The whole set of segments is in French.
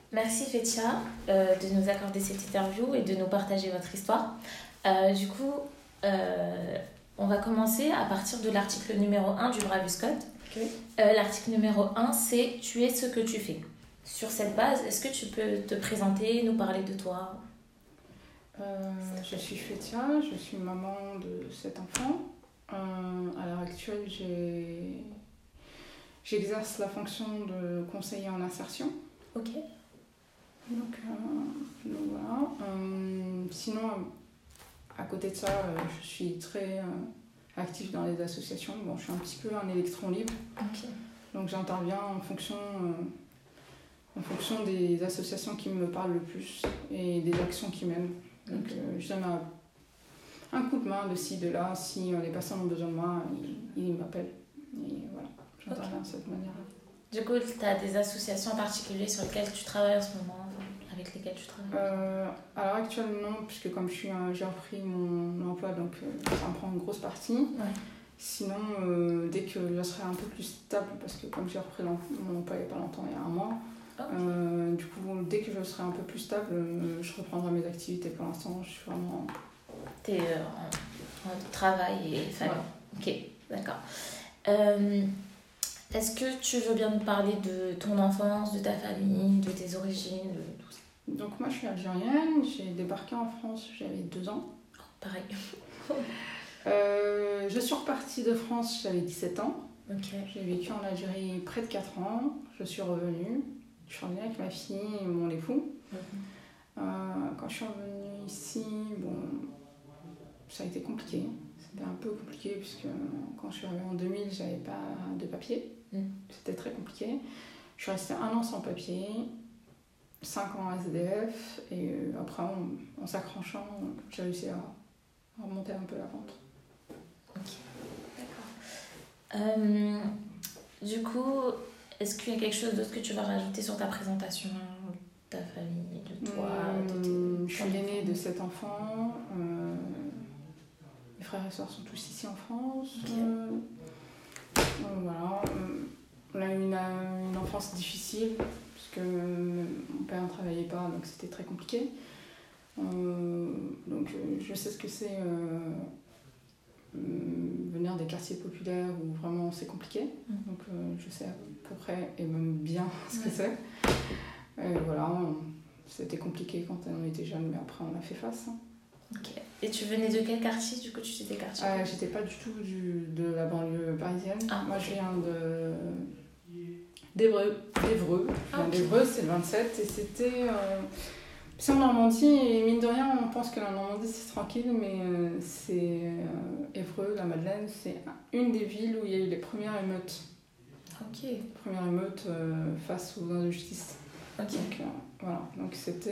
Merci Fetia de nous accorder cette interview et de nous partager votre histoire. Du coup, on va commencer à partir de l'article numéro 1 du Bravus Code. Okay. L'article numéro 1, c'est « Tu es ce que tu fais ». Sur cette base, est-ce que tu peux te présenter, nous parler de toi ? Je suis Fetia, je suis maman de 7 enfants. À l'heure actuelle, j'exerce la fonction de conseiller en insertion. Ok. Donc voilà. Sinon, à côté de ça, je suis très active dans les associations. Bon, je suis un petit peu un électron libre. Ok. Donc j'interviens en fonction des associations qui me parlent le plus et des actions qui m'aiment. Donc je donne un coup de main de ci, de là. Si les personnes ont besoin de moi, ils m'appellent. Et voilà, j'interviens de cette manière-là. Du coup, tu as des associations en particulier sur lesquelles tu travailles en ce moment, avec lesquelles tu travailles ? À l'heure actuelle, non, puisque comme j'ai repris mon emploi, donc ça me prend une grosse partie. Ouais. Sinon, dès que je serai un peu plus stable, parce que comme j'ai repris mon emploi il n'y a pas longtemps, il y a un mois, okay. Du coup, dès que je serai un peu plus stable, je reprendrai mes activités. Pour l'instant, je suis vraiment... T'es en travail et famille. Voilà. Ok, d'accord. Est-ce que tu veux bien nous parler de ton enfance, de ta famille, de tes origines, de tout ça ? Donc moi, je suis algérienne, j'ai débarqué en France, j'avais 2 ans. Oh, pareil. Je suis repartie de France, j'avais 17 ans. Okay. J'ai vécu en Algérie près de 4 ans. Je suis revenue. Je suis revenue avec ma fille et mon époux. Quand je suis revenue ici, bon, ça a été compliqué. C'était un peu compliqué puisque quand je suis arrivée en 2000, j'avais pas de papier. C'était très compliqué. Je suis restée 1 an sans papier, 5 ans SDF et après, en s'accrochant, j'ai réussi à remonter un peu la pente. Ok, d'accord. Du coup, est-ce qu'il y a quelque chose d'autre que tu vas rajouter sur ta présentation, de ta famille, de toi, Je suis l'aînée de 7 enfants. Mes frères et sœurs sont tous ici en France. Okay. Voilà. On a eu une enfance difficile, puisque mon père ne travaillait pas, donc c'était très compliqué. Donc je sais ce que c'est venir des quartiers populaires où vraiment c'est compliqué. Donc je sais à peu près et même bien ce que c'est. Et voilà, c'était compliqué quand on était jeune, mais après on a fait face. Ok. Et tu venais de quel quartier, du coup, tu étais quartier J'étais pas du tout de la banlieue parisienne. Moi je viens d'Évreux. D'Évreux, c'est le 27 et c'était... C'est en Normandie et mine de rien, on pense que la Normandie c'est tranquille, mais c'est Évreux, la Madeleine, c'est une des villes où il y a eu les premières émeutes. Ok. Les premières émeutes face aux injustices. Ok. Donc voilà, donc c'est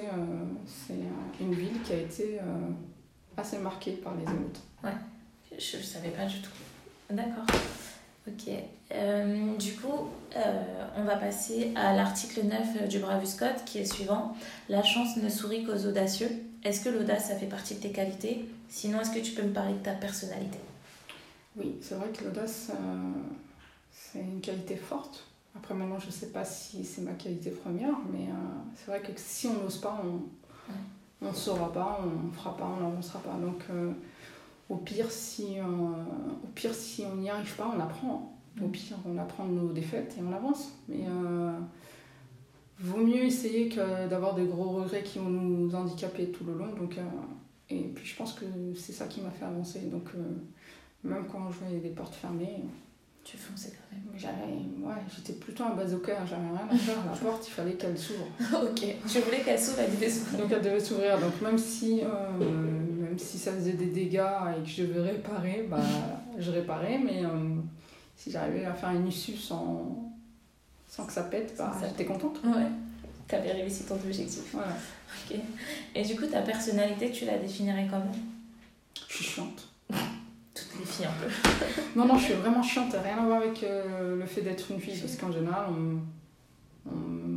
une ville qui a été assez marquée par les émeutes. Ouais, je savais pas du tout. D'accord. Ok. Du coup, on va passer à l'article 9 du Bravus Code qui est suivant. La chance ne sourit qu'aux audacieux. Est-ce que l'audace, ça fait partie de tes qualités ? Sinon, est-ce que tu peux me parler de ta personnalité ? Oui, c'est vrai que l'audace, c'est une qualité forte. Après, maintenant, je ne sais pas si c'est ma qualité première, mais c'est vrai que si on n'ose pas, on ne saura pas, on ne fera pas, on n'avancera pas. Donc, au pire, si on n'y arrive pas, on apprend. Au pire, on apprend de nos défaites et on avance. Mais vaut mieux essayer que d'avoir de gros regrets qui vont nous handicaper tout le long. Donc, et puis, je pense que c'est ça qui m'a fait avancer. Donc, même quand je voyais des portes fermées... Tu fonçais quand même. J'étais plutôt un bazooka, j'avais rien à faire. La porte, il fallait qu'elle s'ouvre. Ok, tu voulais qu'elle s'ouvre, elle devait s'ouvrir. Donc elle devait s'ouvrir. Donc même si ça faisait des dégâts et que je devais réparer, je réparais. Mais si j'arrivais à faire une issue sans que ça pète, j'étais contente. Ouais, t'avais réussi ton objectif. Voilà. Ok. Et du coup, ta personnalité, tu la définirais comment ? Je suis chiante. Toutes les filles un peu. Non, je suis vraiment chiante. Rien à voir avec le fait d'être une fille, parce qu'en général, on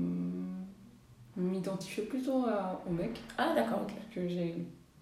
m'identifiait plutôt au mec. Ah d'accord, ok. Parce que j'ai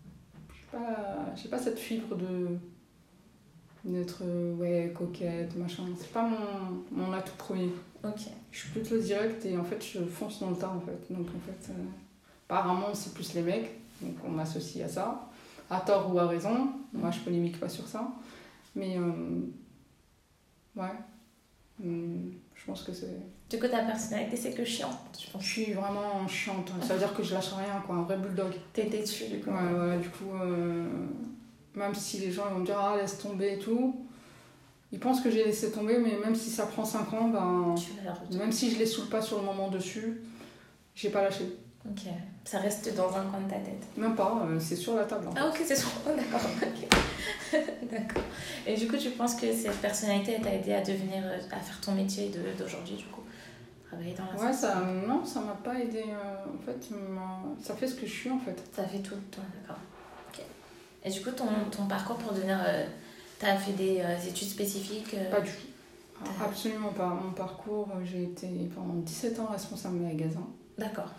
pas cette fibre d'être coquette, machin. C'est pas mon atout premier. Ok. Je suis plutôt directe et en fait, je fonce dans le tas, en fait. Donc, en fait, apparemment, c'est plus les mecs. Donc, on m'associe à ça. À tort ou à raison. Moi, je polémique pas sur ça. Mais, ouais. Je pense que c'est... Du coup, ta personnalité, c'est que chiante, je pense. Je suis vraiment chiante. Ça veut dire que je lâche rien, quoi. Un vrai bulldog. T'es têtue, du coup. Ouais, du coup, même si les gens ils vont me dire ah, laisse tomber et tout, ils pensent que j'ai laissé tomber, mais même si ça prend 5 ans, ben, même si je les saoule pas sur le moment dessus, j'ai pas lâché. Ok, ça reste dans un coin de ta tête. Même pas, c'est sur la table. Ah, ok, c'est sur. Oh, d'accord, ok. D'accord. Et du coup, tu penses que cette personnalité elle t'a aidé à devenir, à faire ton métier d'aujourd'hui, du coup? Travailler dans la non, ça m'a pas aidé. En fait, ça fait ce que je suis, en fait. Ça fait tout, toi, d'accord. Ok. Et du coup, ton parcours pour devenir. T'as fait des études spécifiques Pas du tout. Absolument pas. Mon parcours, j'ai été pendant 17 ans responsable de magasin. D'accord.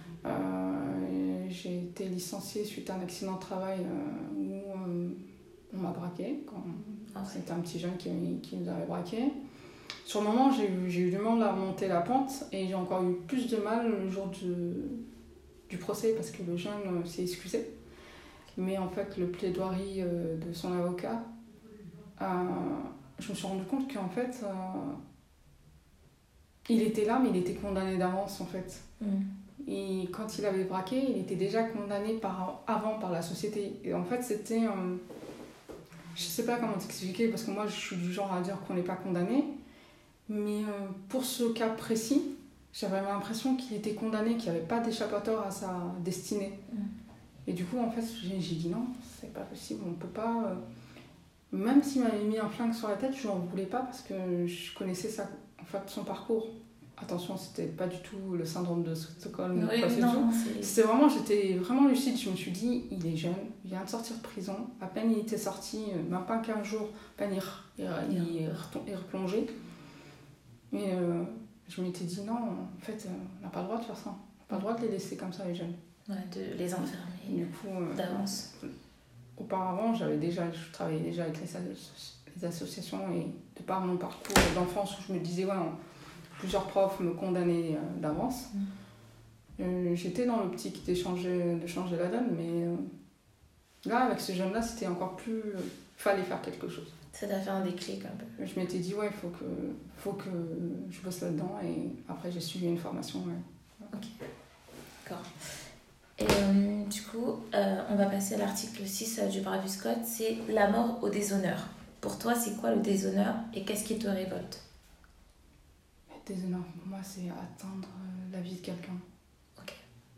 J'ai été licenciée suite à un accident de travail où on m'a braqué. C'était un petit jeune qui nous avait braqué. Sur le moment, j'ai eu du mal à monter la pente et j'ai encore eu plus de mal le jour du procès parce que le jeune s'est excusé. Mais en fait, le plaidoirie de son avocat, je me suis rendu compte qu'en fait, il était là, mais il était condamné d'avance, en fait. Et quand il avait braqué, il était déjà condamné avant par la société. Et en fait, c'était... je sais pas comment t'expliquer, parce que moi, je suis du genre à dire qu'on n'est pas condamné. Mais pour ce cas précis, j'avais l'impression qu'il était condamné, qu'il n'y avait pas d'échappatoire à sa destinée. Et du coup, en fait, j'ai dit non, c'est pas possible, on peut pas... Même s'il m'avait mis un flingue sur la tête, je n'en voulais pas parce que je connaissais son parcours. Attention, c'était pas du tout le syndrome de Stockholm. Oui, c'était vraiment, j'étais vraiment lucide. Je me suis dit, il est jeune, il vient de sortir de prison. À peine il était sorti, même pas 15 jours, à peine il est replongé. Et je m'étais dit, non, en fait, on n'a pas le droit de faire ça. On n'a pas le droit de les laisser comme ça, les jeunes. Ouais, de les enfermer du coup, d'avance. Auparavant, je travaillais déjà avec les associations et de par mon parcours d'enfance où je me disais, ouais, plusieurs profs me condamnaient d'avance. J'étais dans l'optique de changer la donne, mais là, avec ce jeune-là, c'était encore plus... fallait faire quelque chose. Ça t'a fait un déclic un peu. Je m'étais dit, ouais, faut que je bosse là-dedans et après, j'ai suivi une formation. Ouais. Ok, d'accord. Et du coup, on va passer à l'article 6 du Bravus Code, c'est la mort au déshonneur. Pour toi, c'est quoi le déshonneur et qu'est-ce qui te révolte? Le déshonneur, pour moi, c'est atteindre la vie de quelqu'un. Ok.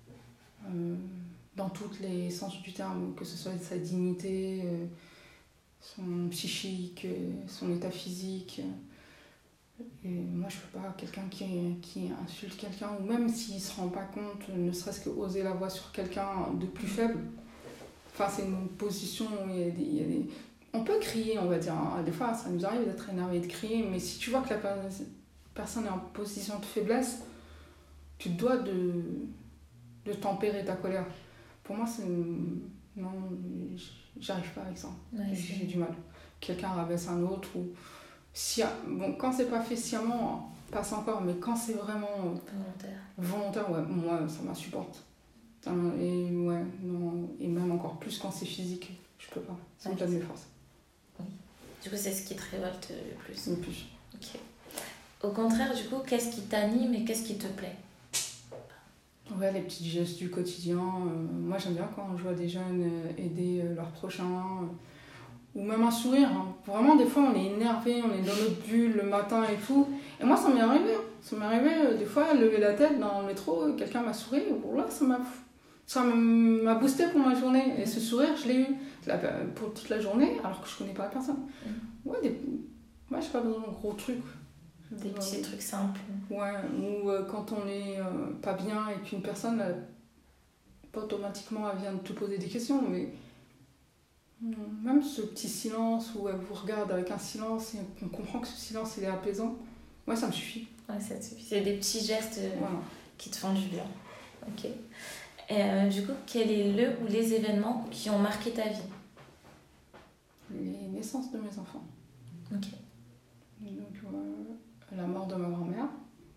Dans tous les sens du terme, que ce soit sa dignité, son psychique, son état physique. Et moi, je peux pas, quelqu'un qui insulte quelqu'un, ou même s'il se rend pas compte, ne serait-ce que oser la voix sur quelqu'un de plus faible. Enfin, c'est une position où il y a des... On peut crier, on va dire. Hein. Des fois, ça nous arrive d'être énervé et de crier, mais si tu vois que la personne est en position de faiblesse, tu te dois de tempérer ta colère. Pour moi, c'est... Non, j'arrive pas avec ça. Ouais, j'ai du mal. Quelqu'un rabaisse un autre ou... Bon, quand c'est pas fait sciemment, passe encore, mais quand c'est vraiment volontaire, ouais, moi, ça m'insupporte. Et ouais, non, et même encore plus quand c'est physique, je peux pas. Ça me donne mes forces. Oui. Du coup, c'est ce qui te révolte le plus. Le plus. Ok. Au contraire, du coup, qu'est-ce qui t'anime et qu'est-ce qui te plaît? Ouais, les petits gestes du quotidien. Moi, j'aime bien quand je vois des jeunes aider leurs prochains. Ou même un sourire. Hein. Vraiment, des fois, on est énervé, on est dans notre bulle le matin et tout. Et moi, ça m'est arrivé. Ça m'est arrivé, des fois, lever la tête dans le métro, quelqu'un m'a souri. Et bon, là, ça m'a boosté pour ma journée. Et ce sourire, je l'ai eu pour toute la journée, alors que je connais pas la personne. Ouais, moi, j'ai pas besoin de gros trucs. Des petits trucs simples. Ouais, ou quand on est pas bien et qu'une personne, pas automatiquement, elle vient de te poser des questions, mais... Même ce petit silence où elle vous regarde avec un silence et on comprend que ce silence il est apaisant, ouais, ça me suffit. Ouais, ça te suffit. C'est des petits gestes voilà. Qui te font du bien. Ok. Et du coup, quel est le ou les événements qui ont marqué ta vie? Les naissances de mes enfants. Ok. Donc, la mort de ma grand-mère,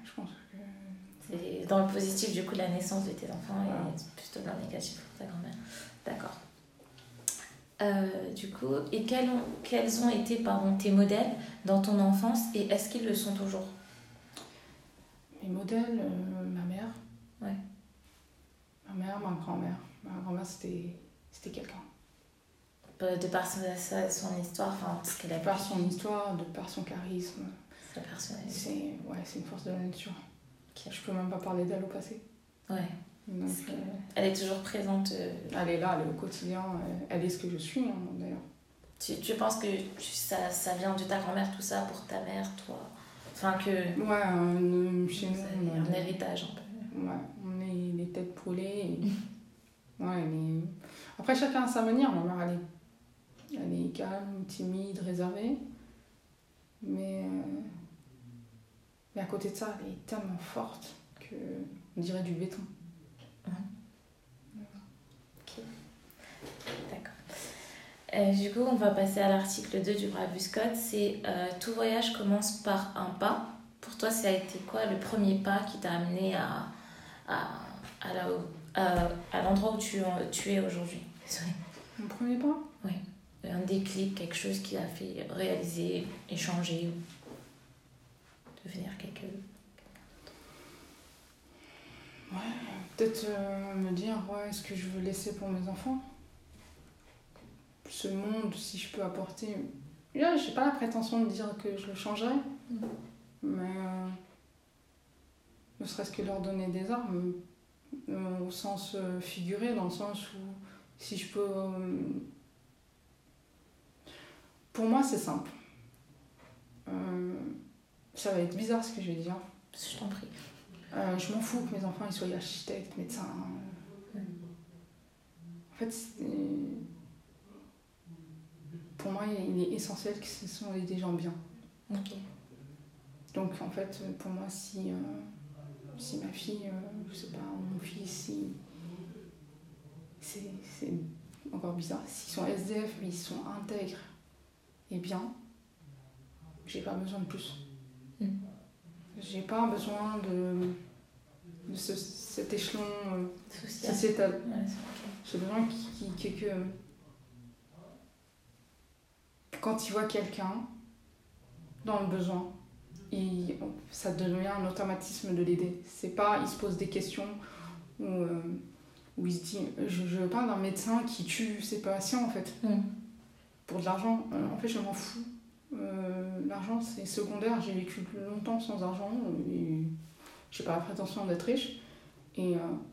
je pense que... C'est dans le positif, du coup, de la naissance de tes enfants Voilà. et plutôt dans le négatif pour ta grand-mère. D'accord. Du coup, et quels ont été tes modèles dans ton enfance et est-ce qu'ils le sont toujours? Mes modèles, ma mère. Ouais. Ma mère, ma grand-mère. Ma grand-mère, c'était quelqu'un. De par son histoire, enfin, ce qu'elle a De par son histoire, de par son charisme. sa personnalité. C'est une force de la nature. Okay. Je peux même pas parler d'elle au passé. Ouais. Donc, elle est toujours présente. Elle est là, elle est au quotidien. Elle est ce que je suis, hein, d'ailleurs. Tu penses que ça vient de ta grand-mère, tout ça, pour ta mère, toi? Enfin, que... Ouais, chez nous... un héritage, un peu. Ouais, on est les têtes brûlées. Ouais, mais... Après, chacun a sa manière. Ma mère, elle est calme, timide, réservée. Mais à côté de ça, elle est tellement forte qu'on dirait du béton. Ok. D'accord. Du coup, on va passer à l'article 2 du Bravus Code. C'est tout voyage commence par un pas. Pour toi, ça a été quoi le premier pas qui t'a amené à l'endroit où tu es aujourd'hui? Désolée. Mon premier pas? Oui. Un déclic, quelque chose qui a fait réaliser, échanger, ou devenir quelque... Ouais, peut-être me dire, ouais, est-ce que je veux laisser pour mes enfants? Ce monde, si je peux apporter... Là, j'ai pas la prétention de dire que je le changerai, mais ne serait-ce que leur donner des armes, au sens figuré, dans le sens où si je peux... Pour moi, c'est simple. Ça va être bizarre ce que je vais dire. Je t'en prie. Je m'en fous que mes enfants ils soient architectes, médecins. En fait, pour moi, il est essentiel que ce sont des gens bien. Ok. Donc, en fait, pour moi, si ma fille, je sais pas, mon fils, c'est encore bizarre. S'ils sont SDF, mais ils sont intègres et bien, j'ai pas besoin de plus. J'ai pas besoin de cet échelon sociétal. Ouais, okay. J'ai besoin que quand il voit quelqu'un dans le besoin, ça devient un automatisme de l'aider. C'est pas, il se pose des questions où il se dit, je parle d'un médecin qui tue ses patients en fait, pour de l'argent. En fait, je m'en fous. L'argent c'est secondaire, j'ai vécu longtemps sans argent et j'ai pas la prétention d'être riche et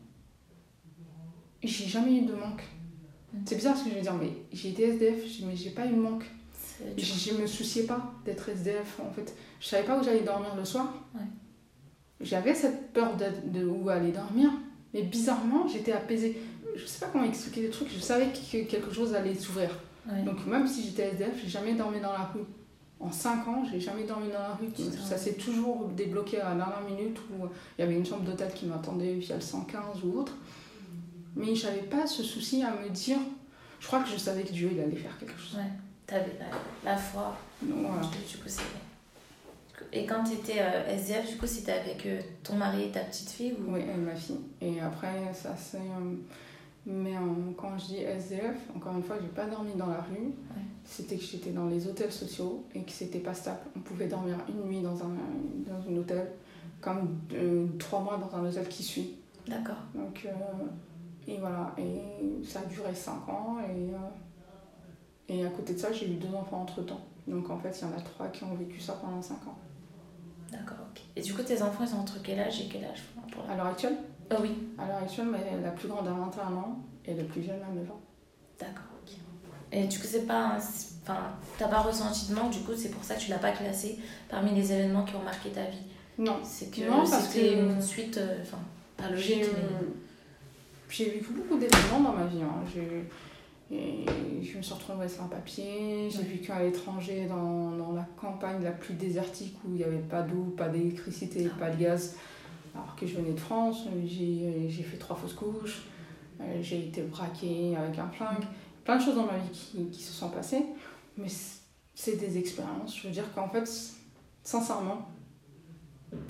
j'ai jamais eu de manque. C'est bizarre ce que je veux dire, mais j'ai été SDF, mais j'ai pas eu de manque. Je me souciais pas d'être SDF en fait. Je savais pas où j'allais dormir le soir. Ouais. J'avais cette peur de où aller dormir, mais bizarrement j'étais apaisée. Je sais pas comment expliquer le truc, je savais que quelque chose allait s'ouvrir. Ouais. Donc même si j'étais SDF, j'ai jamais dormi dans la rue. En 5 ans, j'ai jamais dormi dans la rue. Ça s'est toujours débloqué à la dernière minute où il y avait une chambre d'hôtel qui m'attendait via le 115 ou autre. Mais j'avais pas ce souci à me dire. Je crois que je savais que Dieu il allait faire quelque chose. Ouais, t'avais la foi. Donc, voilà. Du coup, c'est... Et quand t'étais SDF, du coup, c'était avec ton mari et ta petite fille ou... Oui, et ma fille. Et après, ça c'est... Mais quand je dis SDF, encore une fois, j'ai pas dormi dans la rue. Ouais. C'était que j'étais dans les hôtels sociaux et que c'était pas stable. On pouvait dormir une nuit dans un hôtel, comme 3 mois dans un hôtel qui suit. D'accord. Donc, et voilà. Et ça a duré 5 ans. Et à côté de ça, j'ai eu 2 enfants entre-temps. Donc en fait, il y en a 3 qui ont vécu ça pendant 5 ans. D'accord, ok. Et du coup, tes enfants, ils sont entre quel âge et quel âge pour À l'heure actuelle? Oui. À l'heure actuelle, la plus grande a 21 ans et la plus jeune a 9 ans. D'accord, ok. Et du coup, c'est pas... Enfin, t'as pas ressenti de manque, du coup, c'est pour ça que tu l'as pas classé parmi les événements qui ont marqué ta vie. Non. C'est que non, c'était une suite... Enfin, pas logique, mais... J'ai vécu beaucoup d'événements dans ma vie. Hein. Et je me suis retrouvée sans papier, j'ai vécu à l'étranger dans la campagne la plus désertique où il n'y avait pas d'eau, pas d'électricité, pas de gaz. Alors que je venais de France, j'ai fait 3 fausses couches, j'ai été braquée avec un flingue. Plein de choses dans ma vie qui se sont passées, mais c'est des expériences. Je veux dire qu'en fait, sincèrement,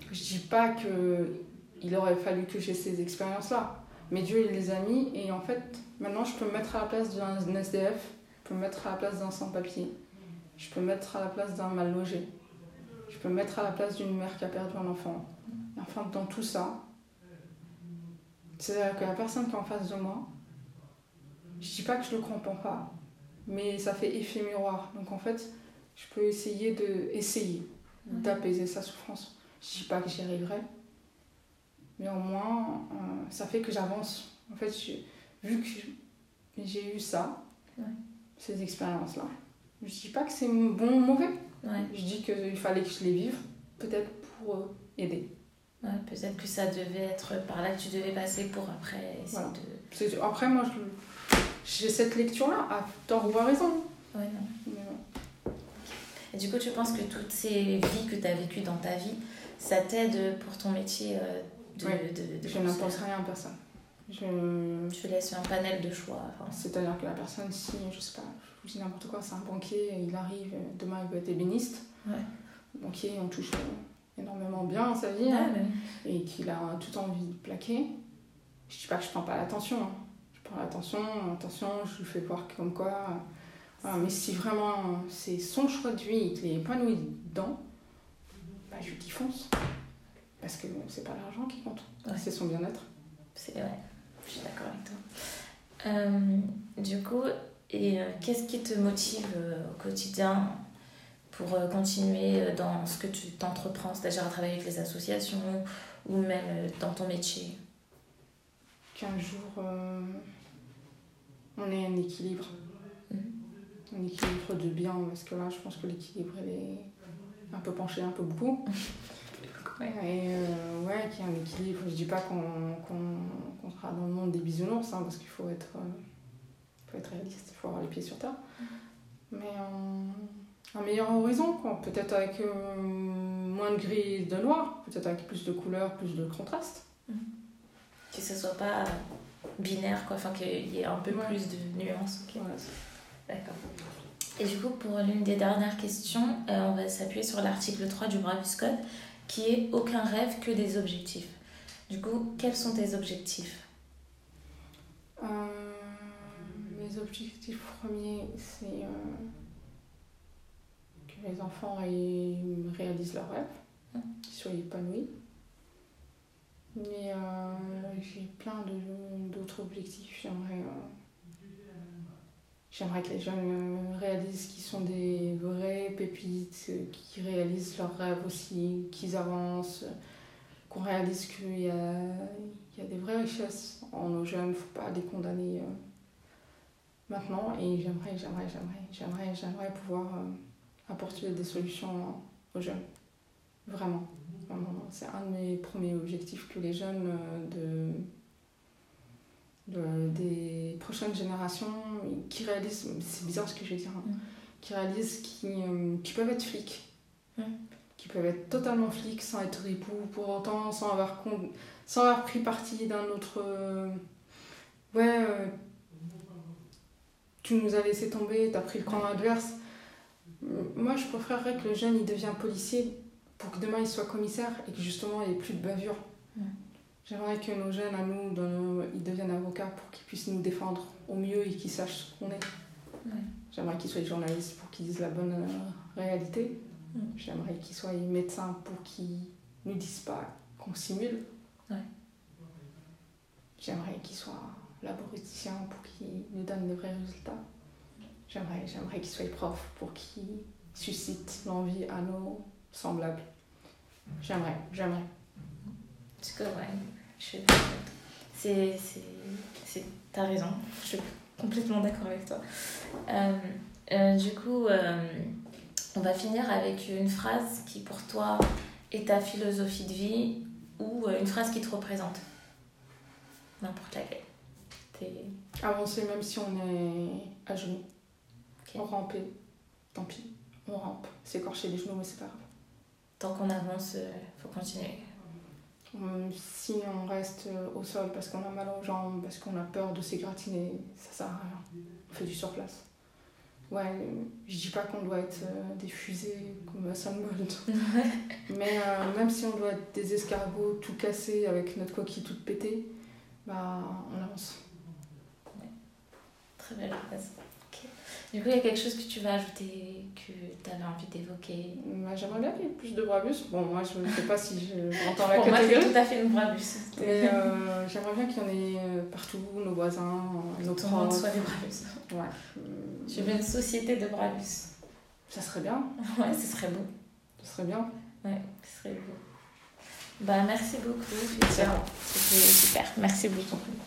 Je dis pas qu'il aurait fallu que j'ai ces expériences-là, mais Dieu, il les a mis, et en fait, maintenant, je peux me mettre à la place d'un SDF, je peux me mettre à la place d'un sans-papier, je peux me mettre à la place d'un mal logé, je peux me mettre à la place d'une mère qui a perdu un enfant. Et enfin, dans tout ça, c'est-à-dire que la personne qui est en face de moi, je dis pas que je le comprends pas, mais ça fait effet miroir. Donc en fait, je peux essayer d'apaiser sa souffrance. Je dis pas que j'y arriverai, mais au moins, ça fait que j'avance. En fait, vu que j'ai eu ça, ces expériences-là, je dis pas que c'est bon ou mauvais. Je dis qu'il fallait que je les vive, peut-être pour aider. Ouais, peut-être que ça devait être par là que tu devais passer pour après essayer de... Après, moi, j'ai cette lecture-là, à tort ou à raison. Ouais, non. Et du coup, tu penses que toutes ces vies que tu as vécues dans ta vie, ça t'aide pour ton métier Je n'impose rien à personne. Tu laisses un panel de choix. Enfin. C'est-à-dire que la personne, si, je sais pas, je vous dis n'importe quoi, c'est un banquier, il arrive, demain il veut être ébéniste. Le banquier, on touche énormément bien sa vie, et qu'il a toute envie de plaquer. Je dis pas que je prends pas l'attention. Je prends l'attention, je lui fais voir comme quoi. Voilà, mais si vraiment c'est son choix de vie et qu'il est épanoui dedans, bah, je lui dis fonce. Parce que c'est pas l'argent qui compte, c'est son bien-être. C'est vrai, je suis d'accord avec toi. Du coup, qu'est-ce qui te motive au quotidien pour continuer dans ce que tu t'entreprends, c'est-à-dire à travailler avec les associations ou même dans ton métier? Qu'un jour, on ait un équilibre. Un équilibre de bien, parce que là, je pense que l'équilibre, il est un peu penché, un peu beaucoup. Et qu'il y a un équilibre. Je dis pas qu'on sera dans le monde des bisounours, parce qu'il faut être réaliste, il faut avoir les pieds sur terre. Mais un meilleur horizon, quoi. Peut-être avec moins de gris et de noir, peut-être avec plus de couleurs, plus de contraste. Que ce soit pas binaire, quoi. Enfin, qu'il y ait un peu plus de nuances. Okay. Voilà. D'accord. Et du coup, pour l'une des dernières questions, on va s'appuyer sur l'article 3 du Bravus Code, qui est « Aucun rêve que des objectifs ». Du coup, quels sont tes objectifs ? Mes objectifs premiers, c'est que les enfants réalisent leurs rêves, qu'ils soient épanouis. Mais j'ai plein d'autres objectifs. J'aimerais que les jeunes réalisent qu'ils sont des vraies pépites, qu'ils réalisent leurs rêves aussi, qu'ils avancent, qu'on réalise qu'il y a des vraies richesses en nos jeunes, il ne faut pas les condamner maintenant. Et j'aimerais pouvoir apporter des solutions aux jeunes. Vraiment. C'est un de mes premiers objectifs, que les jeunes des prochaines générations qui réalisent, c'est bizarre ce que je vais dire, qui réalisent qu'ils peuvent être flics, qui peuvent être totalement flics sans être époux pour autant, sans avoir pris parti d'un autre... tu nous as laissé tomber, t'as pris le camp adverse. Moi, je préférerais que le jeune il devienne policier pour que demain il soit commissaire et que justement il n'y ait plus de bavure. J'aimerais que nos jeunes, à nous, ils deviennent avocats pour qu'ils puissent nous défendre au mieux et qu'ils sachent ce qu'on est. J'aimerais qu'ils soient journalistes pour qu'ils disent la bonne réalité. J'aimerais qu'ils soient médecins pour qu'ils ne nous disent pas qu'on simule. J'aimerais qu'ils soient laboraticiens pour qu'ils nous donnent les vrais résultats. J'aimerais qu'ils soient profs pour qu'ils suscitent l'envie à nos semblables. J'aimerais. Parce que t'as raison, je suis complètement d'accord avec toi. Du coup, on va finir avec une phrase qui pour toi est ta philosophie de vie ou une phrase qui te représente. N'importe laquelle. Avancer même si on est à genoux. Ramper, tant pis, on rampe. S'écorcher les genoux, mais c'est pas grave. Tant qu'on avance, faut continuer. Si on reste au sol parce qu'on a mal aux jambes, parce qu'on a peur de s'égratiner, ça sert à rien. On fait du surplace. Ouais, je dis pas qu'on doit être des fusées comme Usain Bolt. Mais même si on doit être des escargots tout cassés avec notre coquille toute pétée, bah on avance. Ouais. Très belle phrase. Ok. Du coup, il y a quelque chose que tu vas ajouter, que tu avais envie d'évoquer? Bah, j'aimerais bien qu'il y ait plus de Brabus. Bon, moi je ne sais pas si j'entends la Pour moi, c'est catégorie. tout à fait une Brabus. Mais j'aimerais bien qu'il y en ait partout, nos voisins, nos Tout le monde proches. soit des Brabus. Ouais. Je veux une société de Brabus. Ça serait bien. Ouais, ce serait beau. Ce serait bien. Ouais, ce serait beau. Bah, merci beaucoup, Fétia. C'était super. Merci beaucoup.